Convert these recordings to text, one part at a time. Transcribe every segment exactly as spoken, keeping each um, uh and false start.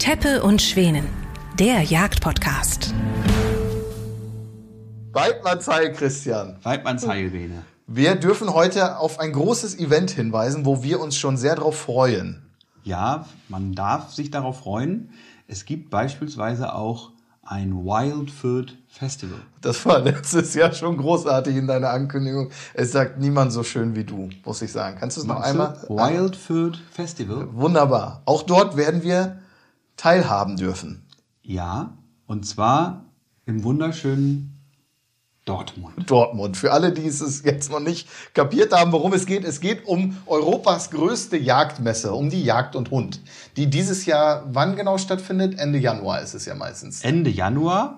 Teppe und Schwänen, der Jagdpodcast. Weidmannsheil, Christian. Weidmannsheil, Bene. Wir dürfen heute auf ein großes Event hinweisen, wo wir uns schon sehr darauf freuen. Ja, man darf sich darauf freuen. Es gibt beispielsweise auch ein Wildfoot Festival. Das war letztes Jahr schon großartig in deiner Ankündigung. Es sagt niemand so schön wie du, muss ich sagen. Kannst du es noch einmal? Wildfoot Festival. Wunderbar. Auch dort werden wir teilhaben dürfen. Ja, und zwar im wunderschönen Dortmund. Dortmund. Für alle, die es jetzt noch nicht kapiert haben, worum es geht. Es geht um Europas größte Jagdmesse, um die Jagd und Hund, die dieses Jahr wann genau stattfindet? Ende Januar ist es ja meistens. Ende Januar.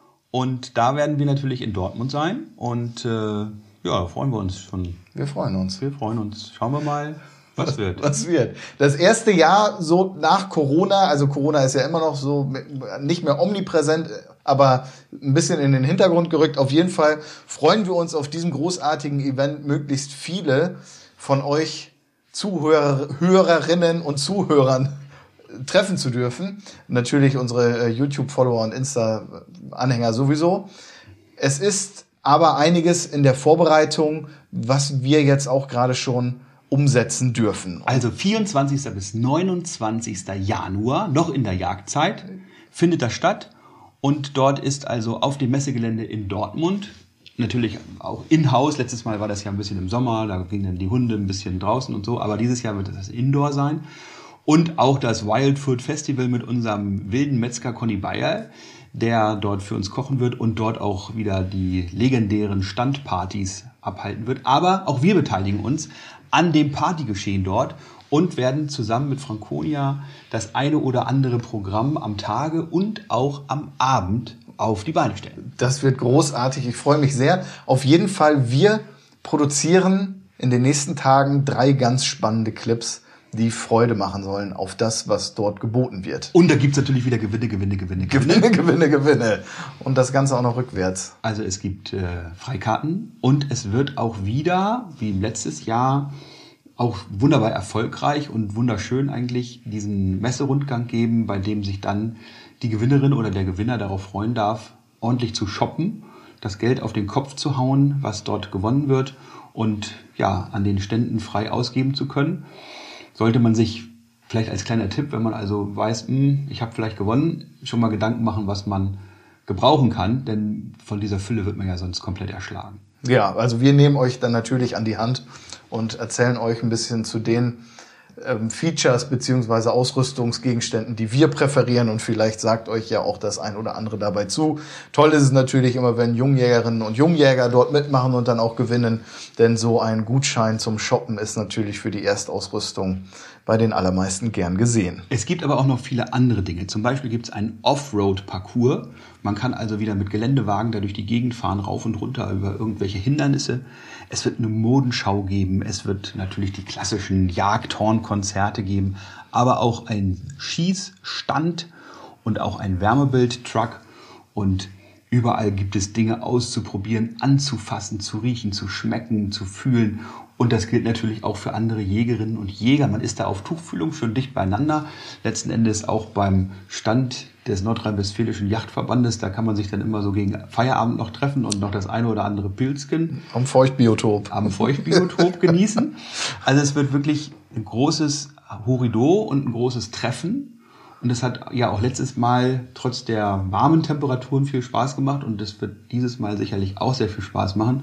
Und da werden wir natürlich in Dortmund sein. Und äh, ja, da freuen wir uns schon. Wir freuen uns. Wir freuen uns. Schauen wir mal, was wird. Was wird. Das erste Jahr so nach Corona, also Corona ist ja immer noch so nicht mehr omnipräsent, aber ein bisschen in den Hintergrund gerückt. Auf jeden Fall freuen wir uns auf diesem großartigen Event, möglichst viele von euch Zuhörer, Hörerinnen und Zuhörern treffen zu dürfen. Natürlich unsere YouTube-Follower und Insta-Anhänger sowieso. Es ist aber einiges in der Vorbereitung, was wir jetzt auch gerade schon umsetzen dürfen. Also vierundzwanzigsten bis neunundzwanzigsten Januar, noch in der Jagdzeit, findet das statt. Und dort ist also auf dem Messegelände in Dortmund, natürlich auch in-house, letztes Mal war das ja ein bisschen im Sommer, da gingen dann die Hunde ein bisschen draußen und so, aber dieses Jahr wird das Indoor sein. Und auch das Wildfoot Festival mit unserem wilden Metzger Conny Bayer, der dort für uns kochen wird und dort auch wieder die legendären Standpartys abhalten wird. Aber auch wir beteiligen uns an dem Partygeschehen dort und werden zusammen mit Franconia das eine oder andere Programm am Tage und auch am Abend auf die Beine stellen. Das wird großartig. Ich freue mich sehr. Auf jeden Fall, wir produzieren in den nächsten Tagen drei ganz spannende Clips, die Freude machen sollen auf das, was dort geboten wird. Und da gibt's natürlich wieder Gewinne, Gewinne, Gewinne, Gewinne. Gewinne, Gewinne, Gewinne. Und das Ganze auch noch rückwärts. Also es gibt äh, Freikarten und es wird auch wieder, wie im letztes Jahr, auch wunderbar erfolgreich und wunderschön eigentlich diesen Messerundgang geben, bei dem sich dann die Gewinnerin oder der Gewinner darauf freuen darf, ordentlich zu shoppen, das Geld auf den Kopf zu hauen, was dort gewonnen wird und ja, an den Ständen frei ausgeben zu können. Sollte man sich vielleicht als kleiner Tipp, wenn man also weiß, mh, ich habe vielleicht gewonnen, schon mal Gedanken machen, was man gebrauchen kann, denn von dieser Fülle wird man ja sonst komplett erschlagen. Ja, also wir nehmen euch dann natürlich an die Hand und erzählen euch ein bisschen zu den ähm, Features beziehungsweise Ausrüstungsgegenständen, die wir präferieren, und vielleicht sagt euch ja auch das ein oder andere dabei zu. Toll ist es natürlich immer, wenn Jungjägerinnen und Jungjäger dort mitmachen und dann auch gewinnen, denn so ein Gutschein zum Shoppen ist natürlich für die Erstausrüstung bei den allermeisten gern gesehen. Es gibt aber auch noch viele andere Dinge. Zum Beispiel gibt es einen Offroad-Parcours. Man kann also wieder mit Geländewagen da durch die Gegend fahren, rauf und runter über irgendwelche Hindernisse. Es wird eine Modenschau geben. Es wird natürlich die klassischen Jagdhornkonzerte geben, aber auch ein Schießstand und auch ein Wärmebild-Truck. Und überall gibt es Dinge auszuprobieren, anzufassen, zu riechen, zu schmecken, zu fühlen. Und das gilt natürlich auch für andere Jägerinnen und Jäger. Man ist da auf Tuchfühlung schon dicht beieinander. Letzten Endes auch beim Stand des Nordrhein-Westfälischen Yachtverbandes. Da kann man sich dann immer so gegen Feierabend noch treffen und noch das eine oder andere Pilzchen am Feuchtbiotop, am Feuchtbiotop genießen. Also es wird wirklich ein großes Horido und ein großes Treffen. Und es hat ja auch letztes Mal trotz der warmen Temperaturen viel Spaß gemacht. Und es wird dieses Mal sicherlich auch sehr viel Spaß machen.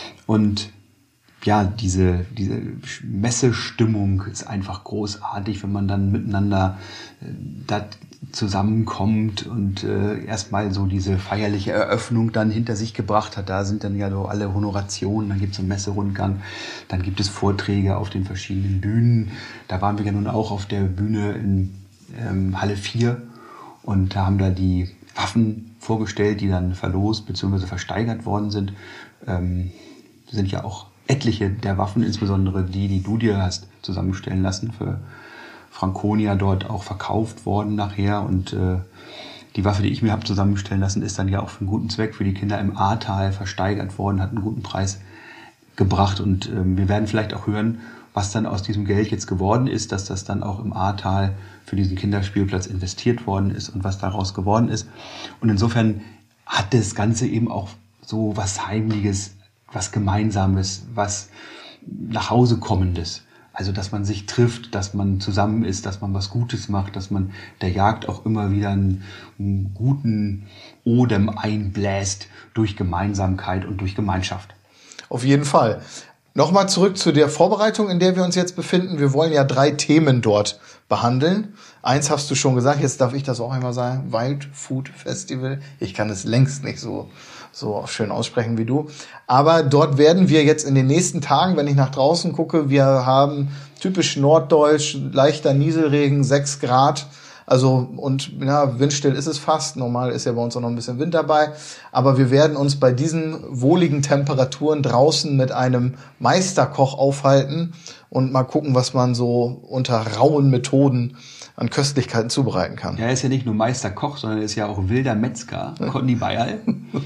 Und ja, diese, diese Messestimmung ist einfach großartig, wenn man dann miteinander äh, da zusammenkommt und äh, erstmal so diese feierliche Eröffnung dann hinter sich gebracht hat. Da sind dann ja so alle Honorationen, dann gibt es einen Messerundgang, dann gibt es Vorträge auf den verschiedenen Bühnen. Da waren wir ja nun auch auf der Bühne in ähm, Halle vier und da haben da die Waffen vorgestellt, die dann verlost bzw. versteigert worden sind. Ähm, sind ja auch etliche der Waffen, insbesondere die, die du dir hast zusammenstellen lassen, für Franconia dort auch verkauft worden nachher. Und äh, die Waffe, die ich mir habe zusammenstellen lassen, ist dann ja auch für einen guten Zweck für die Kinder im Ahrtal versteigert worden, hat einen guten Preis gebracht. Und ähm, wir werden vielleicht auch hören was dann aus diesem Geld jetzt geworden ist, dass das dann auch im Ahrtal für diesen Kinderspielplatz investiert worden ist und was daraus geworden ist. Und insofern hat das Ganze eben auch so was Heimliches, was Gemeinsames, was nach Hause kommendes. Also, dass man sich trifft, dass man zusammen ist, dass man was Gutes macht, dass man der Jagd auch immer wieder einen, einen guten Odem einbläst durch Gemeinsamkeit und durch Gemeinschaft. Auf jeden Fall. Nochmal zurück zu der Vorbereitung, in der wir uns jetzt befinden. Wir wollen ja drei Themen dort behandeln. Eins hast du schon gesagt, jetzt darf ich das auch einmal sagen. Wild Food Festival. Ich kann es längst nicht so so schön aussprechen wie du. Aber dort werden wir jetzt in den nächsten Tagen, wenn ich nach draußen gucke, wir haben typisch norddeutsch, leichter Nieselregen, sechs Grad. Also, und ja, windstill ist es fast. Normal ist ja bei uns auch noch ein bisschen Wind dabei. Aber wir werden uns bei diesen wohligen Temperaturen draußen mit einem Meisterkoch aufhalten und mal gucken, was man so unter rauen Methoden an Köstlichkeiten zubereiten kann. Ja, er ist ja nicht nur Meisterkoch, sondern er ist ja auch wilder Metzger, Conny Beierl.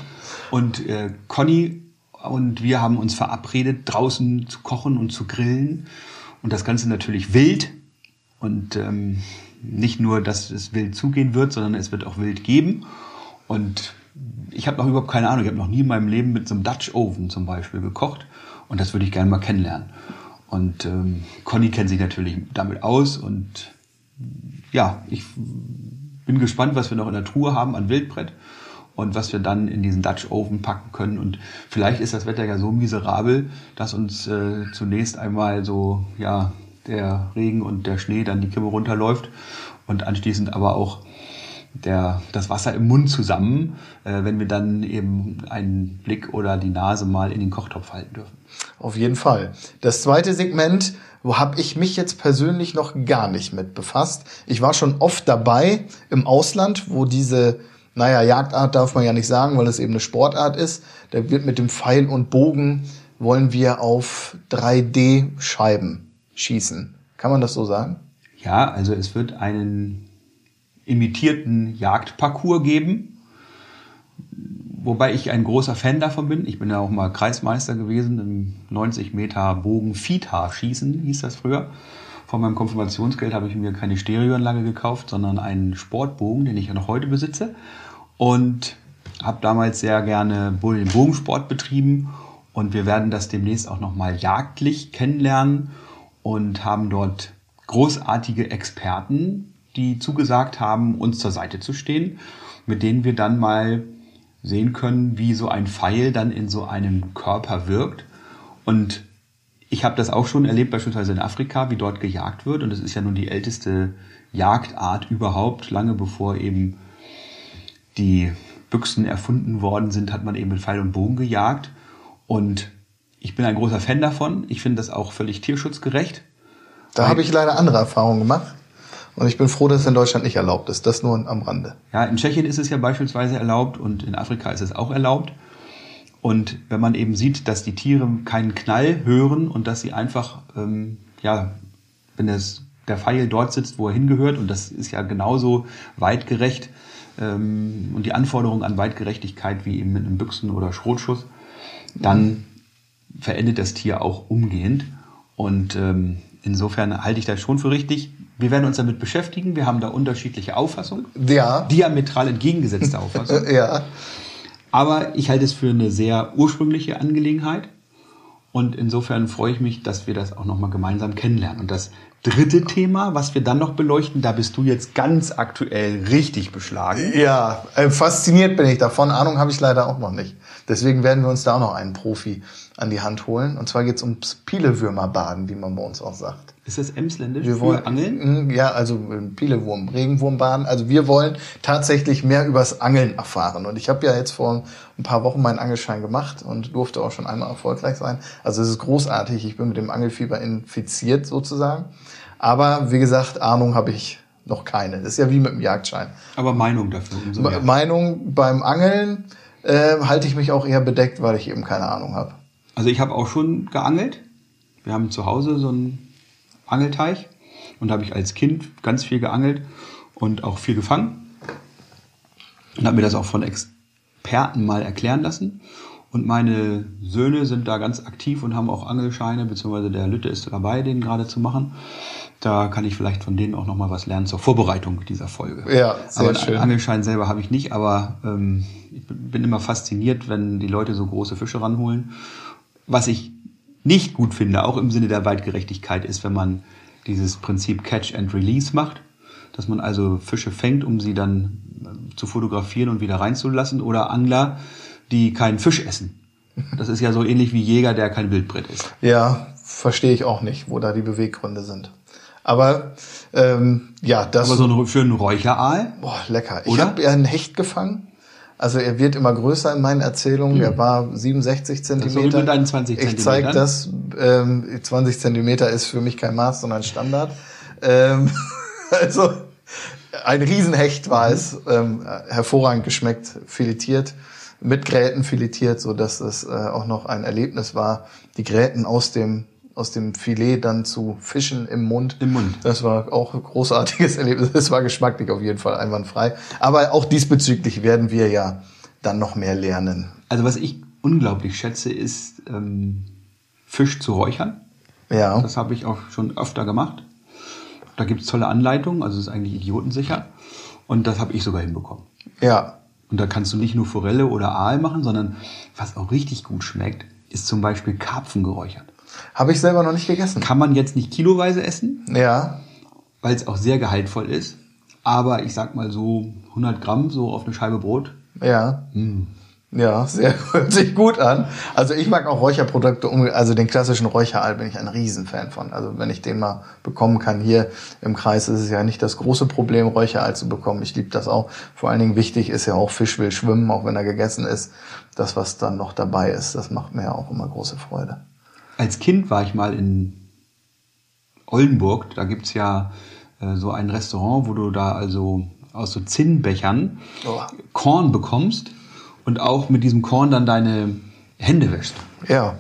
Und äh, Conny und wir haben uns verabredet, draußen zu kochen und zu grillen. Und das Ganze natürlich wild. Und ähm, nicht nur, dass es wild zugehen wird, sondern es wird auch wild geben. Und ich habe noch überhaupt keine Ahnung. Ich habe noch nie in meinem Leben mit so einem Dutch Oven zum Beispiel gekocht. Und das würde ich gerne mal kennenlernen. Und ähm, Conny kennt sich natürlich damit aus. Und ja, ich bin gespannt, was wir noch in der Truhe haben an Wildbrett. Und was wir dann in diesen Dutch Oven packen können. Und vielleicht ist das Wetter ja so miserabel, dass uns äh, zunächst einmal so ja der Regen und der Schnee dann die Kimme runterläuft und anschließend aber auch der das Wasser im Mund zusammen, äh, wenn wir dann eben einen Blick oder die Nase mal in den Kochtopf halten dürfen. Auf jeden Fall. Das zweite Segment, wo habe ich mich jetzt persönlich noch gar nicht mit befasst. Ich war schon oft dabei im Ausland, wo diese Naja, Jagdart darf man ja nicht sagen, weil es eben eine Sportart ist. Da wird mit dem Pfeil und Bogen wollen wir auf drei D Scheiben schießen. Kann man das so sagen? Ja, also es wird einen imitierten Jagdparcours geben, wobei ich ein großer Fan davon bin. Ich bin ja auch mal Kreismeister gewesen im neunzig Meter Bogen Fita schießen, hieß das früher. Von meinem Konfirmationsgeld habe ich mir keine Stereoanlage gekauft, sondern einen Sportbogen, den ich ja noch heute besitze. Und habe damals sehr gerne den Bogensport betrieben. Und wir werden das demnächst auch nochmal jagdlich kennenlernen und haben dort großartige Experten, die zugesagt haben, uns zur Seite zu stehen, mit denen wir dann mal sehen können, wie so ein Pfeil dann in so einem Körper wirkt. Und ich habe das auch schon erlebt, beispielsweise in Afrika, wie dort gejagt wird. Und es ist ja nun die älteste Jagdart überhaupt. Lange bevor eben die Büchsen erfunden worden sind, hat man eben mit Pfeil und Bogen gejagt. Und ich bin ein großer Fan davon. Ich finde das auch völlig tierschutzgerecht. Da habe ich leider andere Erfahrungen gemacht. Und ich bin froh, dass es in Deutschland nicht erlaubt ist. Das nur am Rande. Ja, in Tschechien ist es ja beispielsweise erlaubt und in Afrika ist es auch erlaubt. Und wenn man eben sieht, dass die Tiere keinen Knall hören und dass sie einfach, ähm, ja, wenn das, der Pfeil dort sitzt, wo er hingehört, und das ist ja genauso weitgerecht ähm, und die Anforderungen an Weitgerechtigkeit wie eben mit einem Büchsen- oder Schrotschuss, dann verendet das Tier auch umgehend. Und ähm, insofern halte ich das schon für richtig. Wir werden uns damit beschäftigen. Wir haben da unterschiedliche Auffassungen. Ja. Diametral entgegengesetzte Auffassungen. Ja. Aber ich halte es für eine sehr ursprüngliche Angelegenheit. Und insofern freue ich mich, dass wir das auch nochmal gemeinsam kennenlernen. Und das dritte Thema, was wir dann noch beleuchten, da bist du jetzt ganz aktuell richtig beschlagen. Ja, äh, fasziniert bin ich davon. Ahnung habe ich leider auch noch nicht. Deswegen werden wir uns da auch noch einen Profi an die Hand holen. Und zwar geht es ums Pilewürmerbaden, wie man bei uns auch sagt. Ist das emsländisch wir für wollen, Angeln? Ja, also Pilewurm, Regenwurmbaden. Also wir wollen tatsächlich mehr übers Angeln erfahren. Und ich habe ja jetzt vor ein paar Wochen meinen Angelschein gemacht und durfte auch schon einmal erfolgreich sein. Also es ist großartig. Ich bin mit dem Angelfieber infiziert sozusagen. Aber wie gesagt, Ahnung habe ich noch keine. Das ist ja wie mit dem Jagdschein. Aber Meinung dafür. Umso mehr. Meinung beim Angeln äh, halte ich mich auch eher bedeckt, weil ich eben keine Ahnung habe. Also ich habe auch schon geangelt. Wir haben zu Hause so einen Angelteich und da habe ich als Kind ganz viel geangelt und auch viel gefangen und habe mir das auch von Experten mal erklären lassen. Und meine Söhne sind da ganz aktiv und haben auch Angelscheine, beziehungsweise der Lütte ist dabei, den gerade zu machen. Da kann ich vielleicht von denen auch nochmal was lernen zur Vorbereitung dieser Folge. Ja, sehr aber schön. einen Angelschein selber habe ich nicht, aber ähm, ich bin immer fasziniert, wenn die Leute so große Fische ranholen. Was ich nicht gut finde, auch im Sinne der Weitgerechtigkeit, ist, wenn man dieses Prinzip Catch and Release macht. Dass man also Fische fängt, um sie dann zu fotografieren und wieder reinzulassen. Oder Angler, die keinen Fisch essen. Das ist ja so ähnlich wie Jäger, der kein Wildbret isst. Ja, verstehe ich auch nicht, wo da die Beweggründe sind. Aber ähm, ja, das... Aber so einen schönen Räucheraal. Boah, lecker. Ich Oder? habe ja einen Hecht gefangen. Also er wird immer größer in meinen Erzählungen. Hm. Er war siebenundsechzig Zentimeter. Das ist so wie mit deinen zwanzig Ich zeige das. Ähm, zwanzig Zentimeter ist für mich kein Maß, sondern Standard. Ähm, also ein Riesenhecht war es. Ähm, hervorragend geschmeckt, filetiert, mit Gräten filetiert, so dass es äh, auch noch ein Erlebnis war, die Gräten aus dem aus dem Filet dann zu fischen im Mund. Im Mund. Das war auch ein großartiges Erlebnis. Es war geschmacklich auf jeden Fall einwandfrei. Aber auch diesbezüglich werden wir ja dann noch mehr lernen. Also was ich unglaublich schätze, ist ähm, Fisch zu räuchern. Ja. Das habe ich auch schon öfter gemacht. Da gibt's tolle Anleitungen, also es ist eigentlich idiotensicher. Und das habe ich sogar hinbekommen. Ja. Und da kannst du nicht nur Forelle oder Aal machen, sondern was auch richtig gut schmeckt, ist zum Beispiel Karpfen geräuchert. Habe ich selber noch nicht gegessen. Kann man jetzt nicht kiloweise essen, Ja. weil es auch sehr gehaltvoll ist. Aber ich sag mal so hundert Gramm so auf eine Scheibe Brot. Ja. Mm. Ja, sehr, hört sich gut an. Also ich mag auch Räucherprodukte, also den klassischen Räucheraal bin ich ein Riesenfan von. Also wenn ich den mal bekommen kann, hier im Kreis ist es ja nicht das große Problem, Räucheraal zu bekommen. Ich liebe das auch. Vor allen Dingen wichtig ist ja auch, Fisch will schwimmen, auch wenn er gegessen ist. Das, was dann noch dabei ist, das macht mir ja auch immer große Freude. Als Kind war ich mal in Oldenburg. Da gibt's ja äh, so ein Restaurant, wo du da also aus so Zinnbechern Oh. Korn bekommst und auch mit diesem Korn dann deine Hände wäschst. Ja.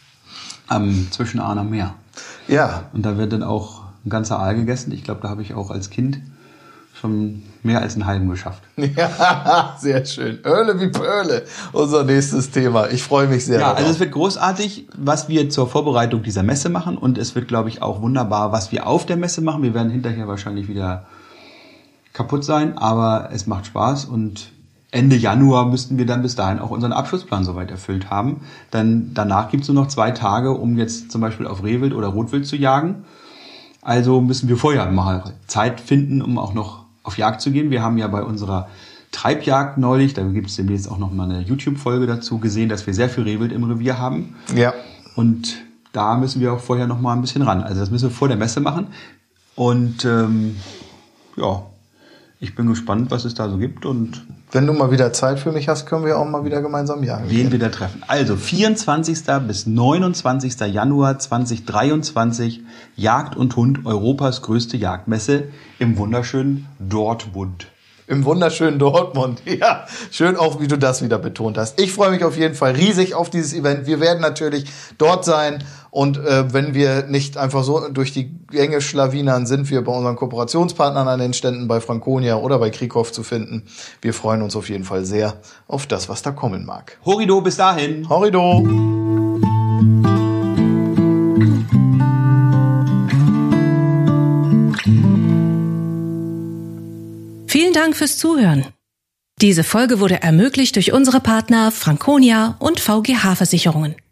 Am zwischen Arn am Meer. Ja. Und da wird dann auch ein ganzer Aal gegessen. Ich glaube, da habe ich auch als Kind schon mehr als einen halben geschafft. Ja, sehr schön. Öle wie Pöle, unser nächstes Thema. Ich freue mich sehr Ja, darauf. also es wird großartig, was wir zur Vorbereitung dieser Messe machen. Und es wird, glaube ich, auch wunderbar, was wir auf der Messe machen. Wir werden hinterher wahrscheinlich wieder kaputt sein, aber es macht Spaß. Und Ende Januar müssten wir dann bis dahin auch unseren Abschlussplan soweit erfüllt haben. Dann danach gibt es nur noch zwei Tage, um jetzt zum Beispiel auf Rehwild oder Rotwild zu jagen. Also müssen wir vorher mal Zeit finden, um auch noch auf Jagd zu gehen. Wir haben ja bei unserer Treibjagd neulich, da gibt es demnächst auch noch mal eine YouTube-Folge dazu, gesehen, dass wir sehr viel Rehwild im Revier haben. Ja. Und da müssen wir auch vorher noch mal ein bisschen ran. Also das müssen wir vor der Messe machen. Und ähm, ja, ich bin gespannt, was es da so gibt. Und Wenn du mal wieder Zeit für mich hast, können wir auch mal wieder gemeinsam jagen. wen wir da treffen. Also vierundzwanzigsten bis neunundzwanzigsten Januar zweitausenddreiundzwanzig, Jagd und Hund, Europas größte Jagdmesse im wunderschönen Dortmund. Im wunderschönen Dortmund. Ja, schön auch, wie du das wieder betont hast. Ich freue mich auf jeden Fall riesig auf dieses Event. Wir werden natürlich dort sein. Und äh, wenn wir nicht einfach so durch die Gänge schlawinern, sind wir bei unseren Kooperationspartnern an den Ständen bei Franconia oder bei Krieghoff zu finden. Wir freuen uns auf jeden Fall sehr auf das, was da kommen mag. Horido, bis dahin. Horrido! Vielen Dank fürs Zuhören. Diese Folge wurde ermöglicht durch unsere Partner Franconia und V G H Versicherungen.